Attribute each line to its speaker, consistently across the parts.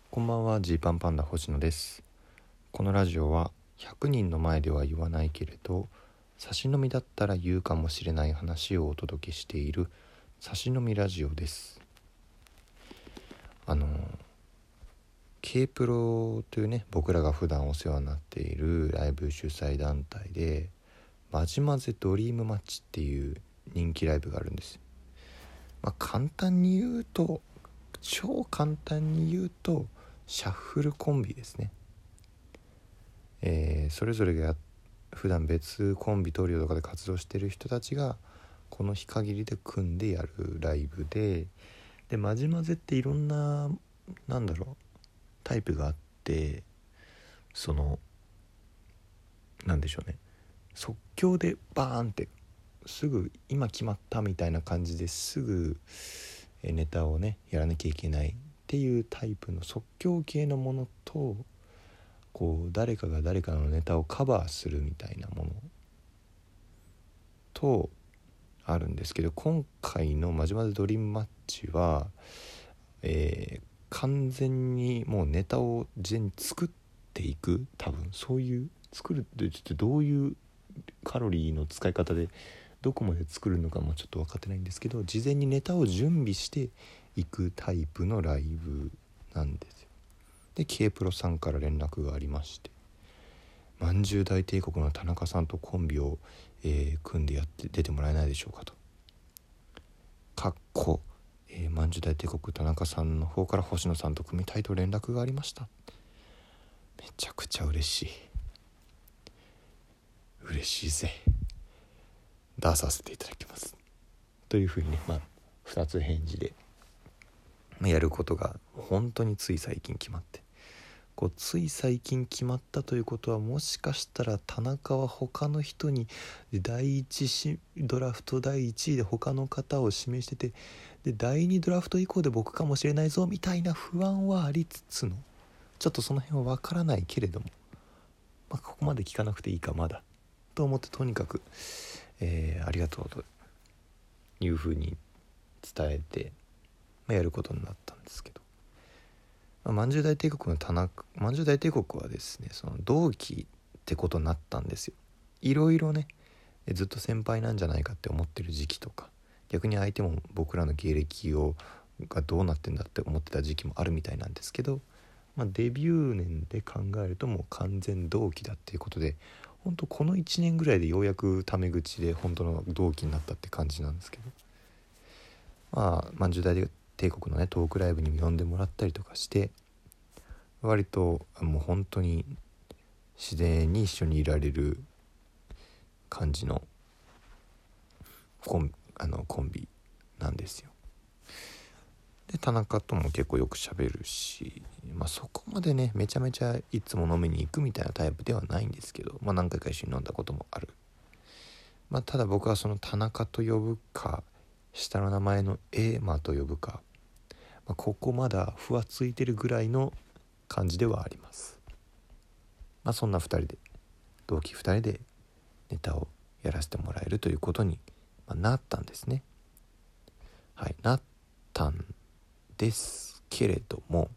Speaker 1: こんばんは、ジーパンパンダ星野です。このラジオは100人の前では言わないけれど差し飲みだったら言うかもしれない話をお届けしている差し飲みラジオです。K プロというね、僕らが普段お世話になっているライブ主催団体でまじまぜドリームマッチっていう人気ライブがあるんです。簡単に言うと、超簡単に言うとシャッフルコンビですね。それぞれが普段別コンビトリオとかで活動してる人たちがこの日限りで組んでやるライブで、まじまぜっていろんなタイプがあって、なんでしょうね、即興でバーンってすぐ今決まったみたいな感じですぐネタをねやらなきゃいけないっていうタイプの即興系のものと、誰かが誰かのネタをカバーするみたいなものとあるんですけど、今回のまじまぜドリームマッチは、完全にもうネタを事前に作っていく、多分そういう作るってちょっとどういうカロリーの使い方でどこまで作るのかもちょっと分かってないんですけど、事前にネタを準備していくタイプのライブなんですよ。で K プロさんから連絡がありまして、まんじゅう大帝国の田中さんとコンビを、組んでやって出てもらえないでしょうかと。まんじゅう大帝国田中さんの方から星野さんと組みたいと連絡がありました。めちゃくちゃ嬉しいぜ。出させていただきますというふうにね、2つ返事でやることが本当につい最近決まって、つい最近決まったということは、もしかしたら田中は他の人にドラフト第1位で他の方を指名してて、で第2ドラフト以降で僕かもしれないぞみたいな不安はありつつの、ちょっとその辺は分からないけれども、ここまで聞かなくていいかまだと思って、とにかく、ありがとうというふうに伝えて、やることになったんですけど、まんじゅう大帝国はですね、その同期ってことになったんですよ。いろいろね、ずっと先輩なんじゃないかって思ってる時期とか、逆に相手も僕らの芸歴がどうなってんだって思ってた時期もあるみたいなんですけど、デビュー年で考えるともう完全同期だっていうことで、本当この1年ぐらいでようやくタメ口で本当の同期になったって感じなんですけど、まんじゅう大帝国のねトークライブにも呼んでもらったりとかして、割ともう本当に自然に一緒にいられる感じのコンビなんですよ。で田中とも結構よく喋るし、そこまでねめちゃめちゃいつも飲みに行くみたいなタイプではないんですけど、何回か一緒に飲んだこともある。ただ僕はその田中と呼ぶか、下の名前のと呼ぶか、ここまだふわついてるぐらいの感じではあります。そんな同期2人でネタをやらせてもらえるということになったんですね。なったんですけれども、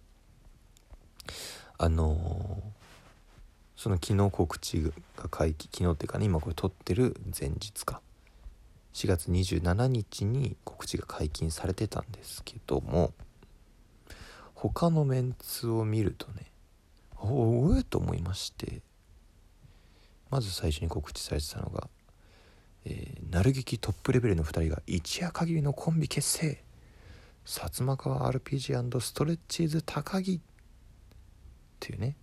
Speaker 1: その昨日告知が昨日っていうかね、今これ撮ってる前日か、4月27日に告知が解禁されてたんですけども、他のメンツを見るとね、おえと思いまして、まず最初に告知されてたのが、なる劇トップレベルの2人が一夜限りのコンビ結成、薩摩川 RPG& ストレッチーズ高木っていうね、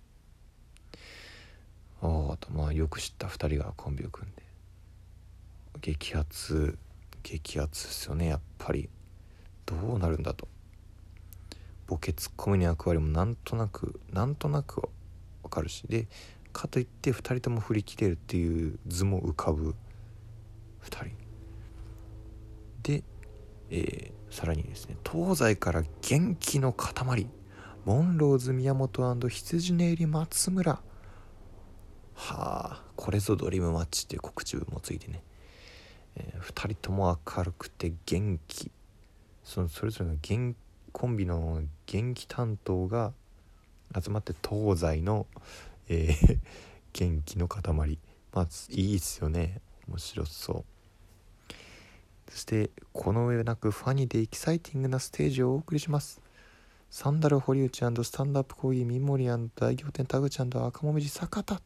Speaker 1: あとよく知った2人がコンビを組んで、激アツですよね。やっぱりどうなるんだと、ボケツッコミの役割もなんとなくわかるし、でかといって2人とも振り切れるっていう図も浮かぶ2人で、さらにですね、東西から元気の塊、モンローズ宮本羊ね入り松村、これぞドリームマッチっていう告知文もついてね、2人とも明るくて元気、それぞれのコンビの元気担当が集まって東西の、元気の塊。まあいいっすよね。面白そう。そしてこの上なくファニーでエキサイティングなステージをお送りします。サンダル堀内&スタンドアップコーヒーミモリ&大仰天田口&赤もみじ坂田。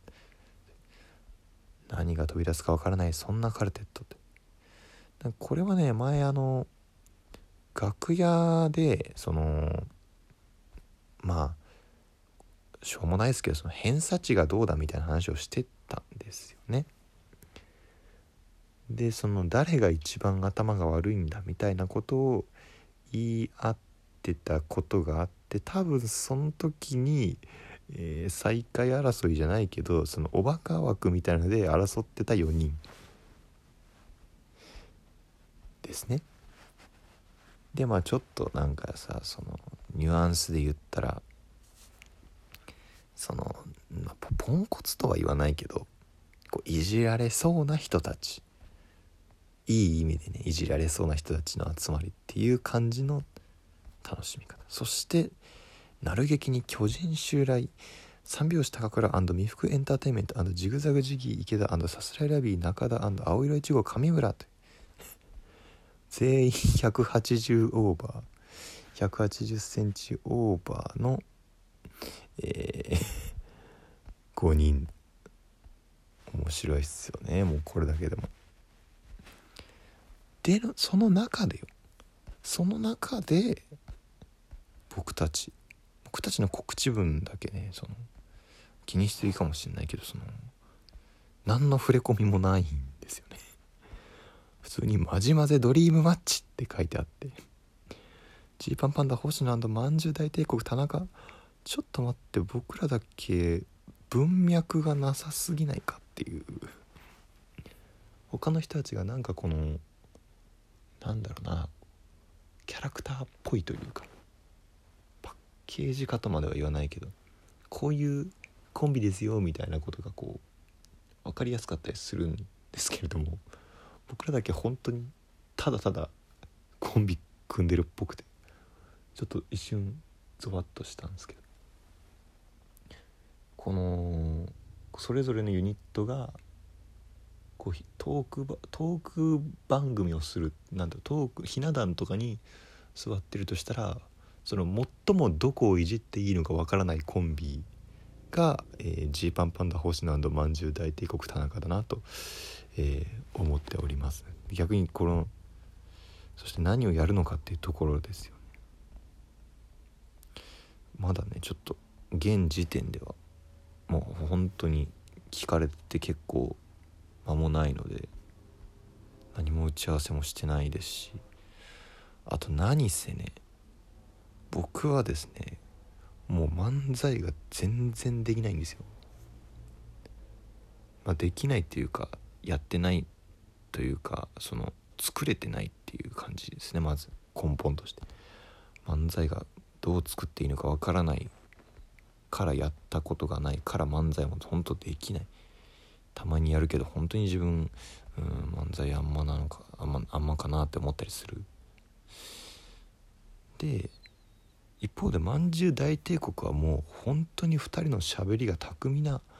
Speaker 1: 何が飛び出すかわからない、そんなカルテットって。これはね、前楽屋でまあしょうもないですけど、その偏差値がどうだみたいな話をしてたんですよね。で誰が一番頭が悪いんだみたいなことを言い合ってたことがあって、多分その時に、最下位争いじゃないけど、そのおバカ枠みたいなので争ってた4人ですね。でまあちょっとなんかさ、ニュアンスで言ったら、ポンコツとは言わないけど、こういじられそうな人たち、いい意味でね、いじられそうな人たちの集まりっていう感じの楽しみ方。そしてなる劇に巨人襲来、三拍子高倉&未福エンターテインメント&ジグザグジギー池田&さすらいラビー中田&青色いちご上村と全員180オーバー180センチオーバーの、5人。面白いっすよね、もうこれだけでも。でその中で僕たちの告知文だけね、気にしていいかもしれないけど、何の触れ込みもないんですよね。普通にマジマゼドリームマッチって書いてあって、ジーパンパンダ星野&まんじゅう大帝国田中。ちょっと待って、僕らだけ文脈がなさすぎないかっていう。他の人たちがなんかなんだろうな、キャラクターっぽいというか、パッケージ化とまでは言わないけど、こういうコンビですよみたいなことが分かりやすかったりするんですけれども、僕らだけ本当にただただコンビ組んでるっぽくて、ちょっと一瞬ゾワッとしたんですけど、それぞれのユニットがトーク番組をする、トークひな壇とかに座ってるとしたら、最もどこをいじっていいのかわからないコンビが、ジーパンパンダ星野&まんじゅう大帝国田中だなと、思っております。逆にそして何をやるのかっていうところですよね。まだねちょっと現時点ではもう本当に聞かれて結構間もないので、何も打ち合わせもしてないですし、あと何せね、僕はですねもう漫才が全然できないんですよ。できないっていうか、やってないというか、作れてないっていう感じですね。まず根本として漫才がどう作っていいのかわからないから、やったことがないから漫才も本当できない。たまにやるけど本当に自分漫才あんまなのかあんまかなって思ったりする。で一方でまんじゅう大帝国はもう本当に2人の喋りが巧みな、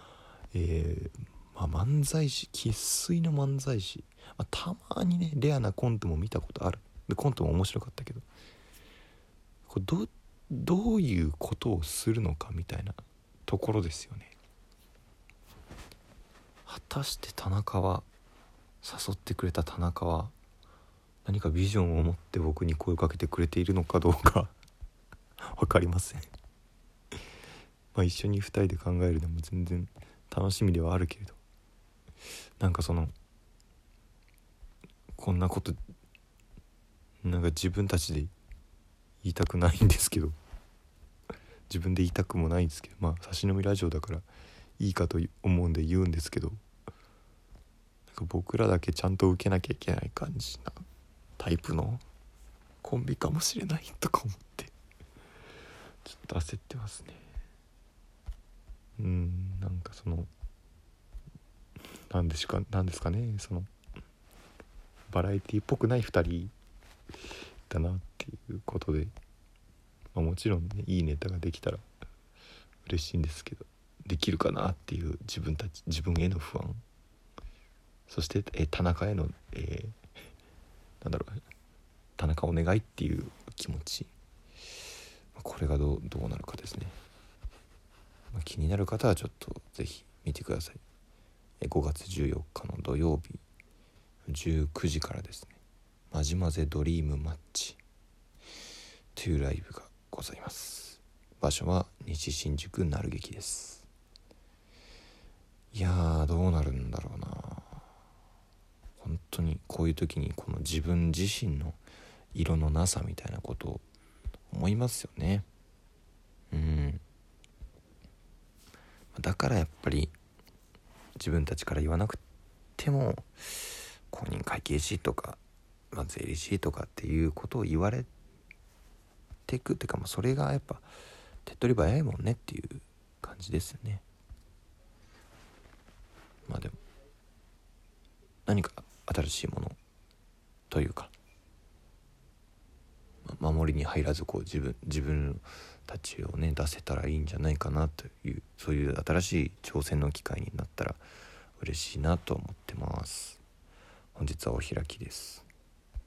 Speaker 1: 漫才師、生粋の漫才師、たまにねレアなコントも見たことある。でコントも面白かったけど、これどういうことをするのかみたいなところですよね。果たして誘ってくれた田中は何かビジョンを持って僕に声をかけてくれているのかどうか分かりません。一緒に2人で考えるのも全然楽しみではあるけれど、なんかこんなことなんか自分たちで言いたくないんですけど、自分で言いたくもないんですけど、差し飲みラジオだからいいかと思うんで言うんですけど、なんか僕らだけちゃんと受けなきゃいけない感じなタイプのコンビかもしれないとか思ってちょっと焦ってますね。なんかなんですかね、バラエティっぽくない2人だなっていうことで、もちろんねいいネタができたら嬉しいんですけど、できるかなっていう自分への不安、そして田中への、田中お願いっていう気持ち、これがどうなるかですね。気になる方はちょっとぜひ見てください。5月14日の土曜日19時からですね、まじまぜドリームマッチというライブがございます。場所は西新宿なる劇です。いやー、どうなるんだろうな。本当にこういう時にこの自分自身の色のなさみたいなことを思いますよね。だからやっぱり自分たちから言わなくても公認会計士とか、税理士とかっていうことを言われていくっていうか、それがやっぱ手っ取り早いもんねっていう感じですよね。でも何か新しいものというか、守りに入らず自分たちをね出せたらいいんじゃないかなという、そういう新しい挑戦の機会になったら嬉しいなと思ってます。本日はお開きです。